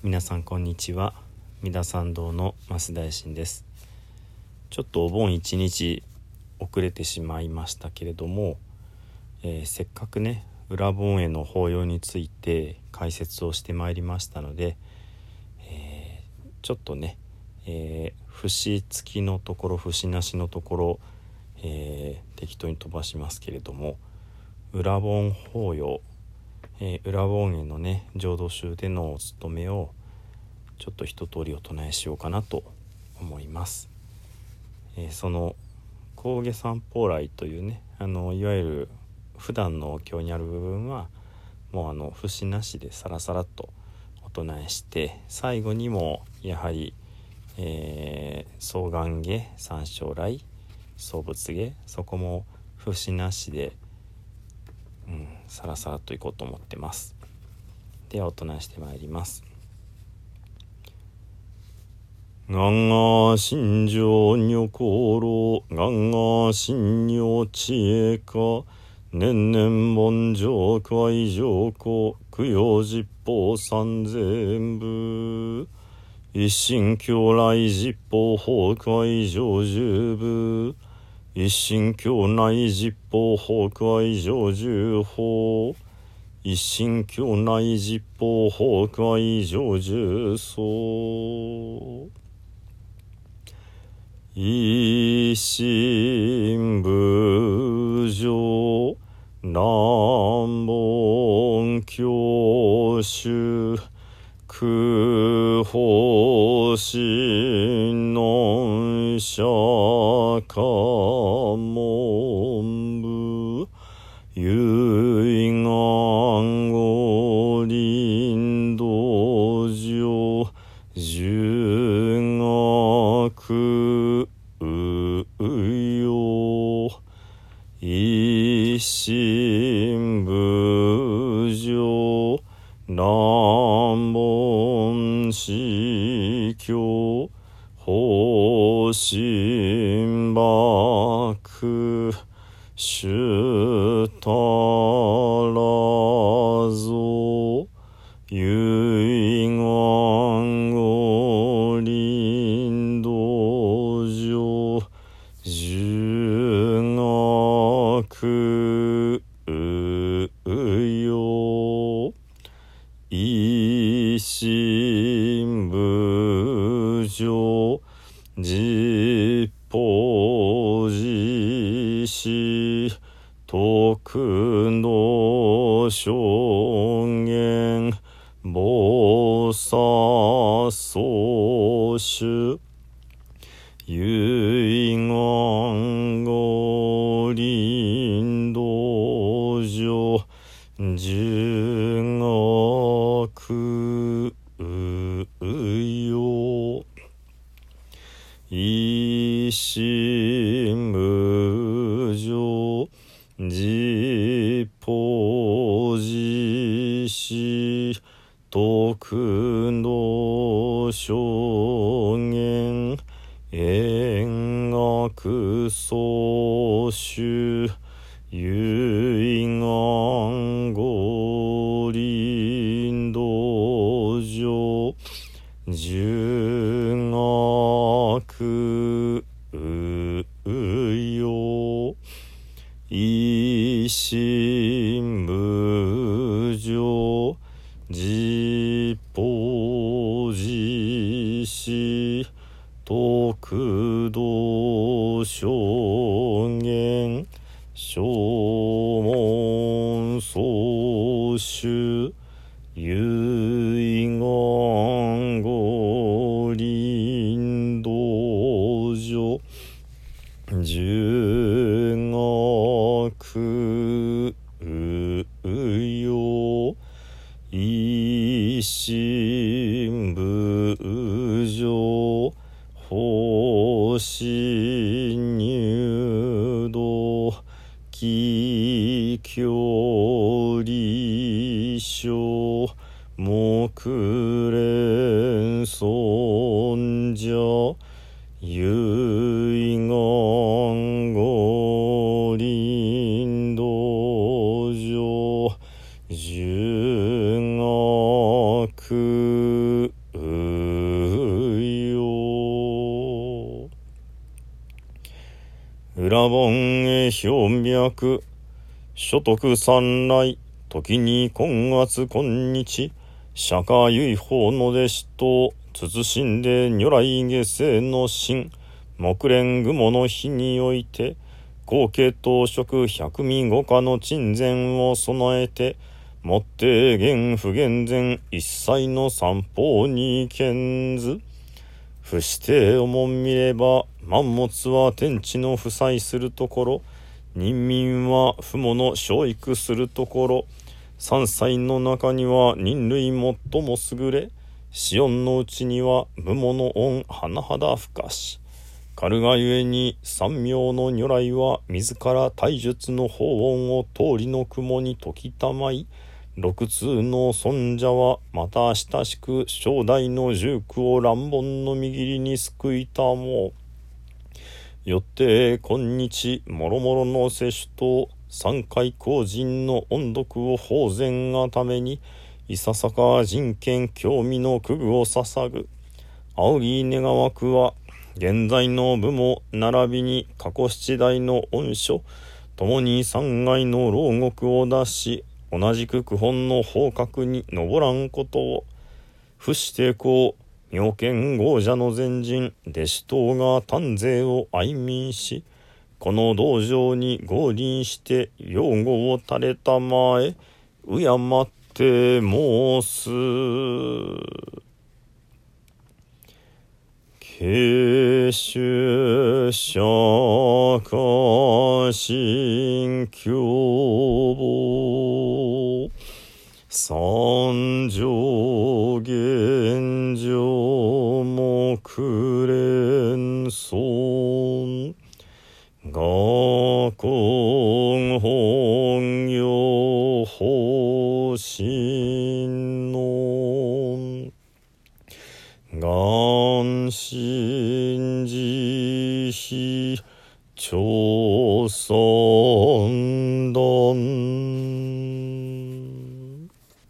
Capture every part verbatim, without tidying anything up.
皆さんこんにちは。三田参道の増大臣です。ちょっとお盆一日遅れてしまいましたけれども、えー、せっかくね裏盆への法要について解説をしてまいりましたので、えー、ちょっとね、えー、節付きのところ節なしのところ、えー、適当に飛ばしますけれども、裏盆法要、えー、裏盆へのね浄土宗でのお勤めをちょっと一通りお唱えしようかなと思います。えー、その高下三宝来というね、あのいわゆる普段のお経にある部分はもうあの節なしでサラサラっとお唱えして、最後にもやはり、えー、双眼下三将来総仏下、そこも節なしで、うん、サラサラといこうと思ってます。ではお唱えしてまいります。がんが心情女心、がんが心女知恵か、年々盆上会上古、供養十法三千部、一心教来十法法会上十部、一心教内十法法会上十法、一心教内十法法会上十僧、一心無常南門教主空法心の釈迦文部唯願五輪道場十学一心無常南門司教法心幕主たらぞ唯願五輪道場十学よ一心無常十法実施徳の証言菩薩総主唯願五輪道場十学よ一心無常十法実施徳の証言円覚総主唯願五輪道場十学よ一心無常十法実施徳道証言正門総主唯願五輪道場十学よ一心無常法心入道帰郷立証目連尊者遺言五輪道場十学裏本へ表脈所得三来時に今月今日釈迦唯法の弟子と慎んで如来下世の神木蓮雲の日において後継当職百味五家の鎮前を備えてもって現不現前一切の三方に見ず不しておもん見れば万物は天地の負債するところ人民は父母の生育するところ三歳の中には人類最も優れ四音のうちには武母の恩甚だ深しかるがゆえに三名の如来は自ら体術の法音を通りの雲に解きたまい六通の尊者はまた親しく正代の十九を乱暴の右りに救いたもよって今日もろもろの摂取と三回後人の音読を法然がためにいささか人権興味の苦具を捧ぐ仰ぎ願わくは現在の部も並びに過去七代の恩書ともに三階の牢獄を出し同じく九本の方角に登らんことを伏してこう妙見豪者の前人弟子等が丹税を愛民しこの道場に合輪して擁護を垂れたまえ敬って申す慶州釈迦心経簿三条現上木蓮尊学根本行法神論願心慈悲調尊断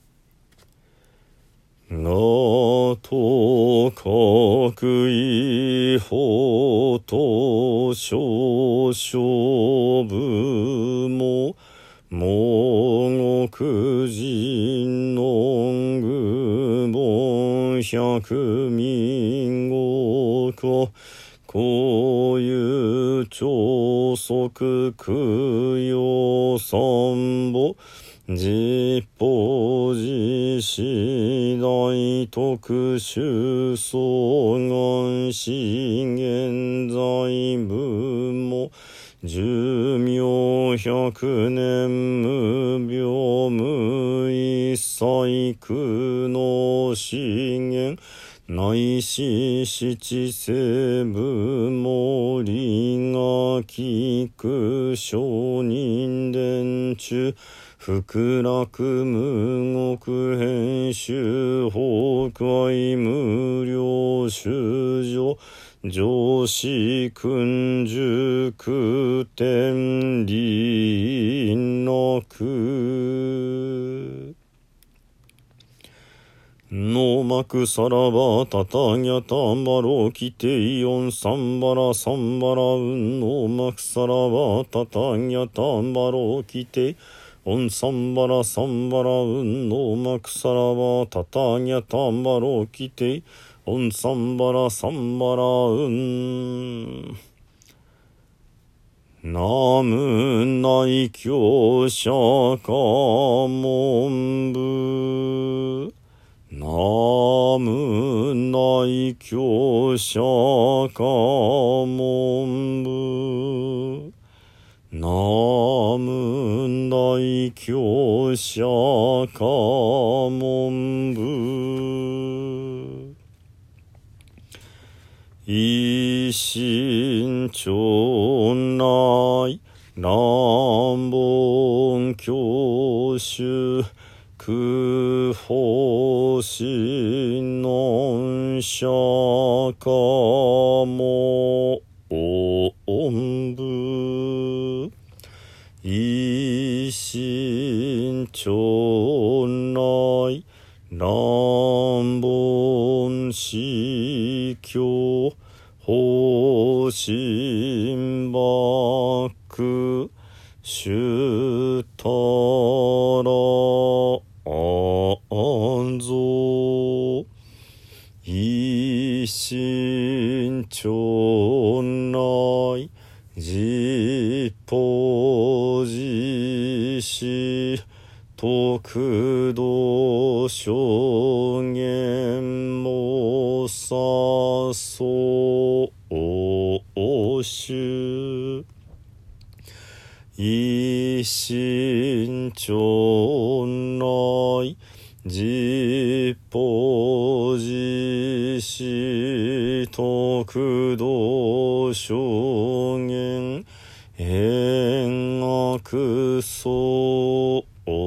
なと各位法と少々部も盲国人の愚問百民語かこういう朝息供養三母実法自次第特殊相願資現在部も寿命百年無病無一切苦の資源内視七世部も理が聞く承認伝中福楽無極編集法会無料修助上司訓塾天理楽ノマクサラバタタギャタンバロキテイヨンサンバラサンバラウンノマクサラバタタギャタンバロキテイオンサンバラサンバラウンノマクサラバタタギャタンバロキテイオンサンバラサンバラウンナム内教釈迦文部ナム内教釈迦文部ナム内教釈迦文部一心町内乱暴教主空法心論釈迦も音部一心町内乱暴司教法心万蔵一心町内実法寺師徳道証言もさそうし一心町内実法寺師徳道証言円悪総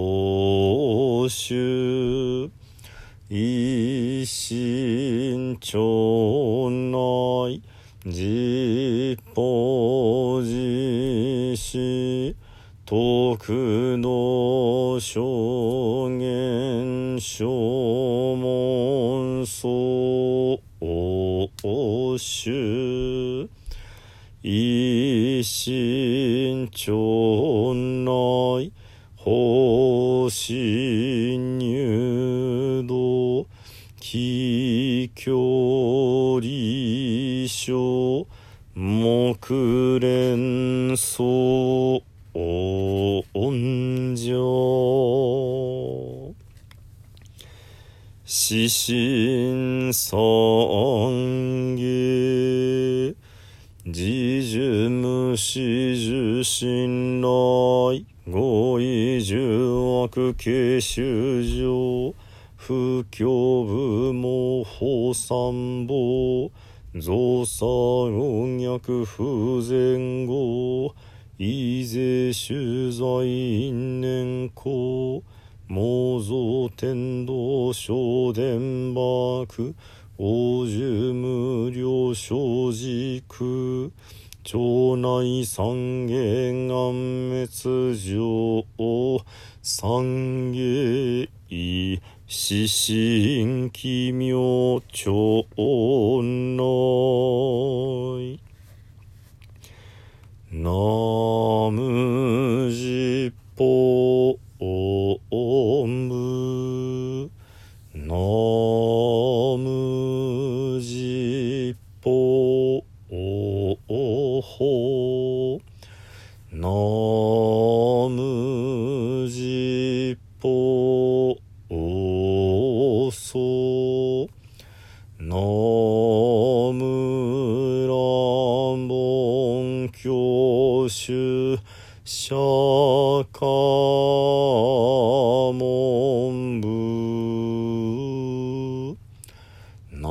集一心町内実法寺師徳道証言証文総集一心町内法師入道帰距離書木蓮相恩上四心三下自樹無始樹心内五位十悪慶修上不教部門法三宝造作音訳不全語異税取材因年功妄造天道小伝幕王寿無量正軸町内三元暗滅上三芸四神奇妙町内南無実法無南無実法法南無実法僧南無乱凡教主釈迦文部南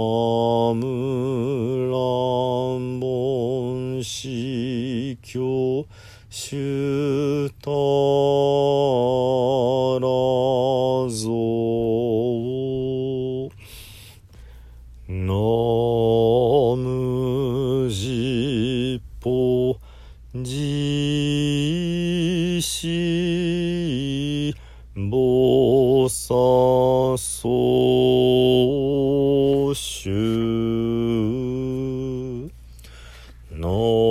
無乱凡司教主たらぞ南無実法実施菩薩総集南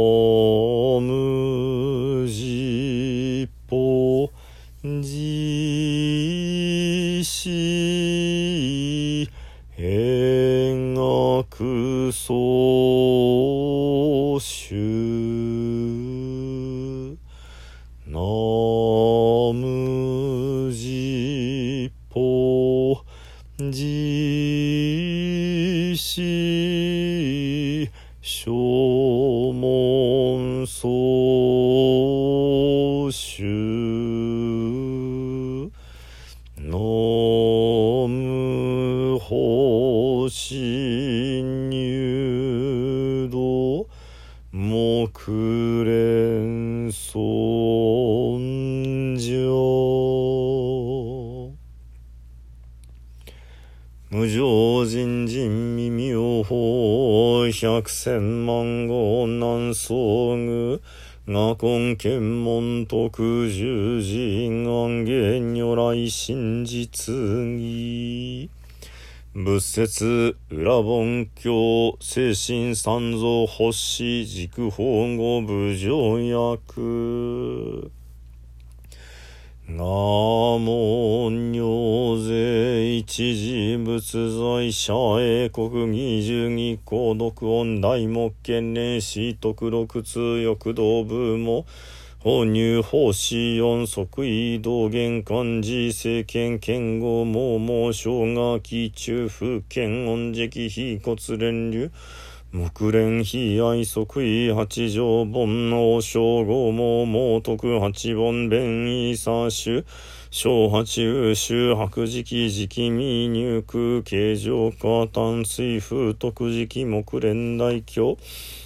無実法実施円覚総集南無実法実施正門総集南無法師入道木蓮尊上無常人人未妙法百千万語難遭遇我根検問徳十人安元如来真実義仏説裏凡教精神三蔵星軸法語無常薬が門行税一時仏在社英国二十二項独音大目県連市徳六通欲道部も放入法師四即位道元漢字政権剣豪盲盲小が期中府県音直非骨連流木蓮非愛即位八条本能称号盲盲徳八本弁異左種小八宇宙白磁気磁気未入空形状化淡水風徳磁気木蓮大教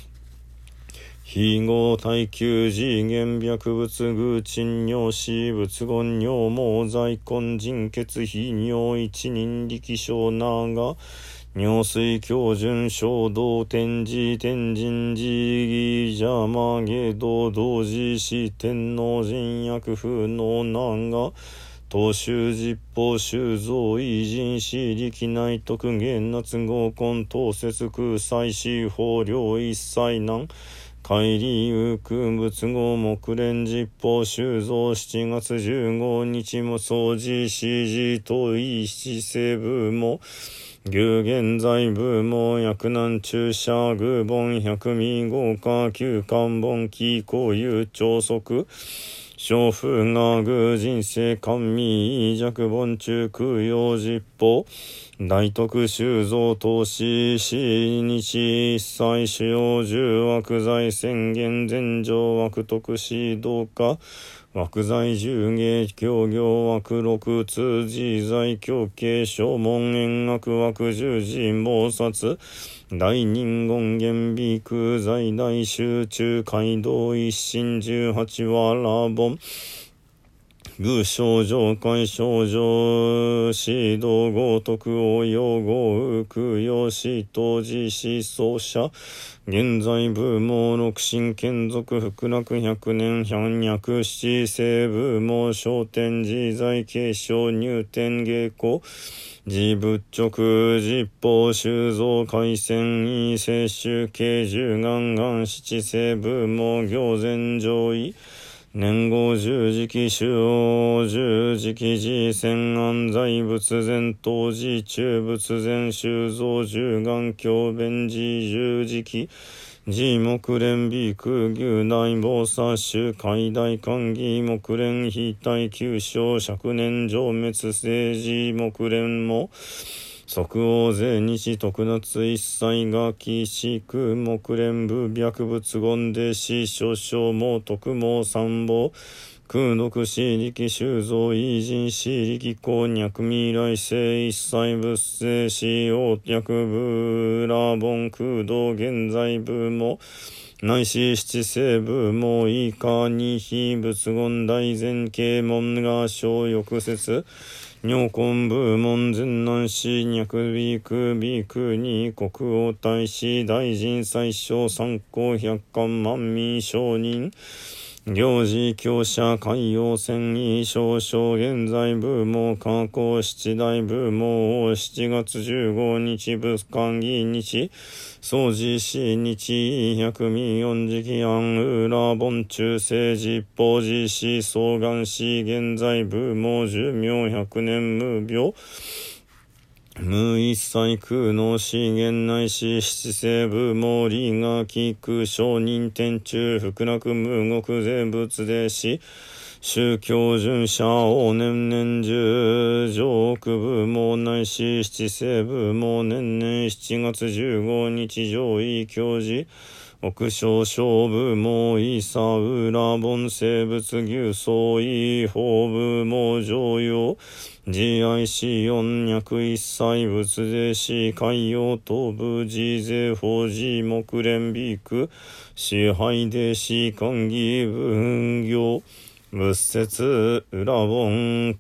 非合耐久次元白仏具鎮尿死仏言尿毛在根人血非尿一人力小長尿水標準衝動天智天神寺邪魔下道同時死天皇人薬風の長東州実法修造異人死力内特元夏合根東節空祭司法領一切難海理有空仏語木蓮実法修造七月十五日も掃除四時とい七世部も牛現在部も薬難注射具本百味豪華旧漢本気候有朝息小風が具人生甘味弱本中空用実法大徳修造投資死日一切主要十枠財宣言前上枠徳指導化枠財十芸協業枠六通自在教系小門円学枠十人菩薩大人言厳美空在大集中街道一心十八わらぼん具症状会症状指導合徳応用合空用指当時思想者現在部門六神眷属福楽百年百百七世部門商店自在継承入店下校自仏直実法修造回線異摂取慶十願願七世部門行前上位年号十時期主王十時期自戦安在仏前当時中仏前修造十願教弁寺十時期自木蓮美空牛大菩薩衆海大官義木蓮非対九章釈年上滅政治木蓮も即応税日特夏一切がきしく木蓮部白仏言でし少々も特も三宝空毒死力修造異人死力こんにゃく未来世一切仏世死王略部ラボン空洞現在部も内視七世部も以下に非仏言大前啓門が小抑説尿根部門前南市脈美空美空に国王大使大臣最小参考百貫万味商人行事強者海洋戦意少々現在部門加工七大部門七月十五日仏官議日掃除し日百味四時期安裏本中世実法実施双眼し現在部門寿命百年無病無一切空の資源内し七世部門理が聞く承認天中福楽無極税仏でし宗教巡者を年々十上区部門内し七世部門年々七月十五日上位教示奥小小部門イサウラ本生物牛相違法部門上用自愛し四脈一切仏でし海洋東部自税法自木蓮美空支配でし官義分業仏説裏本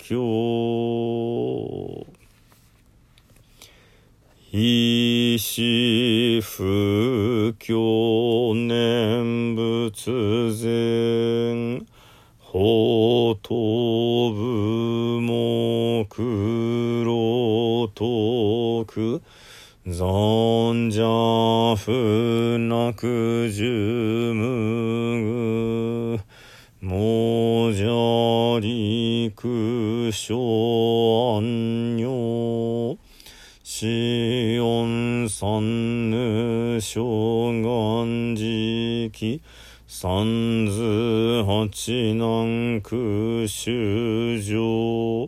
教一子不教念仏前法頭部も黒徳残邪不落十無もじゃりくしょあんにょしおんさんぬしょがんじき三図八難空衆上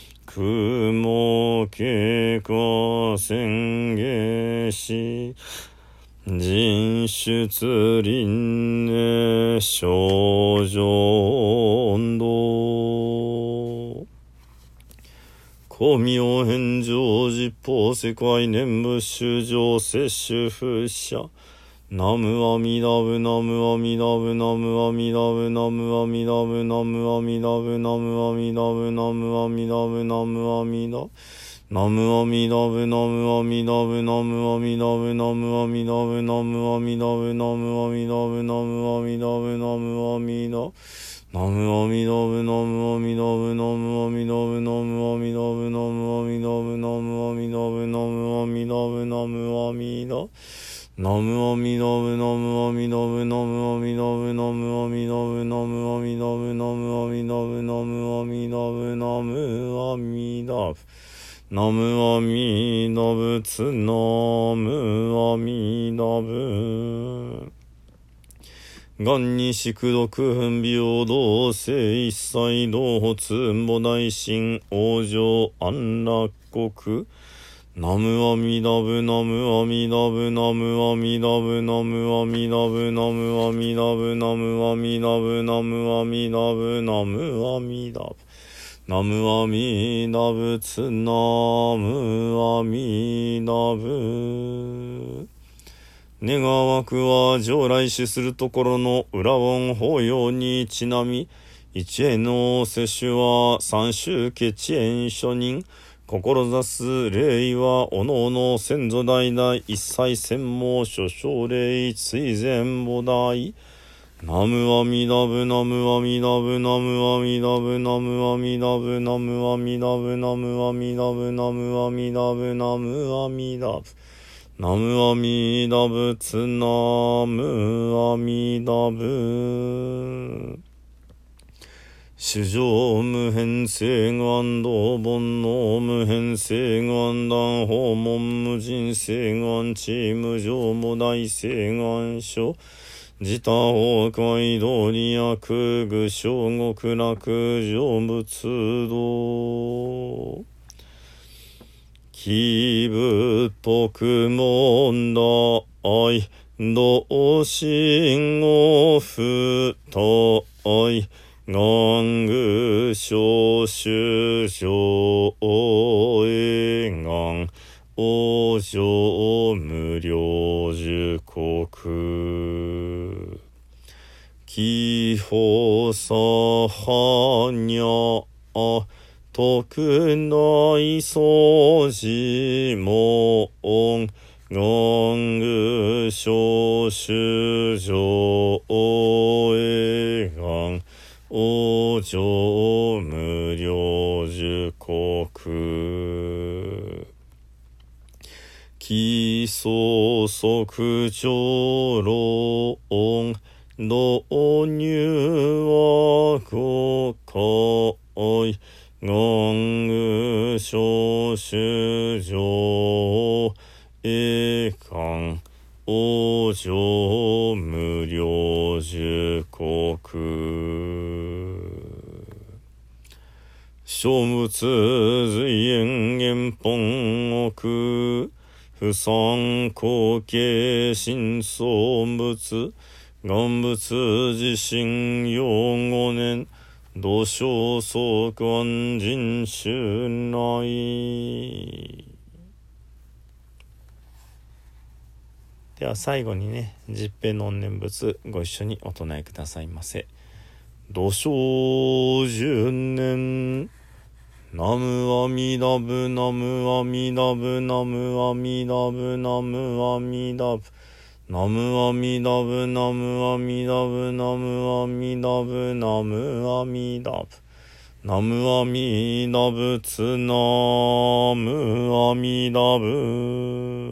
雲経過宣下し人出輪廻少女音頭光明返上実法世界念仏衆上摂取不捨ナムアミダブナムアミダブナムアミダブナムアミダブナムアミダブナムアミダブナムアミダブナムアミダナムアミダブナムアミダブナムアミダブナムアミダブナムアミダブナムアミダブナムアミダブナムアミダナムアミダブナムアミダブナムアミダブナムアミダブナムアミダブナムアミダブナムアミダブナムアミダナムアミダブナムアミダブナムアミダブナムアミダブナムアミダブナムアミダブナムアミダブナムアミダブナムアミダブツナムアミダブがんにしくどくふん平等性一切同発母大神往生安楽国ナムアミダブナムアミダブナムアミダブナムアミダブナムアミダブナムアミダブナムアミダブナムアミダブナムアミダブツナムアミダブ願わくは将来死するところの裏音法要にちなみ一への摂取は三宗家遅延諸人志す礼はおのおの先祖代々一切専門諸奨礼追善母大ナムアミダブナムアミダブナムアミダブナムアミダブナムアミダブナムアミダブナムアミダブナムアミダブナムアミダブツナムアミダブ主上無変性願道煩悩無変性願断訪問無人性願地無常母大性願書自他崩壊道理悪具小極楽成仏道気仏徳問題道心を不退願具小衆上映願往生無量寿国気法差般若特内相寺門願具小衆上映願往生無量寿国基礎即上論導入は五回願具小衆上映願往生無量寿国小仏随縁原本奥不参後継新創仏願仏自身用五年土生相安人衆内では最後にね十平の念仏ご一緒にお唱えくださいませ。土生十年ナムアミダブナムアミダブナムアミダブナムアミダブナムアミダブナムアミダブナムアミダブナムアミダブナムアミダブツナムアミダブ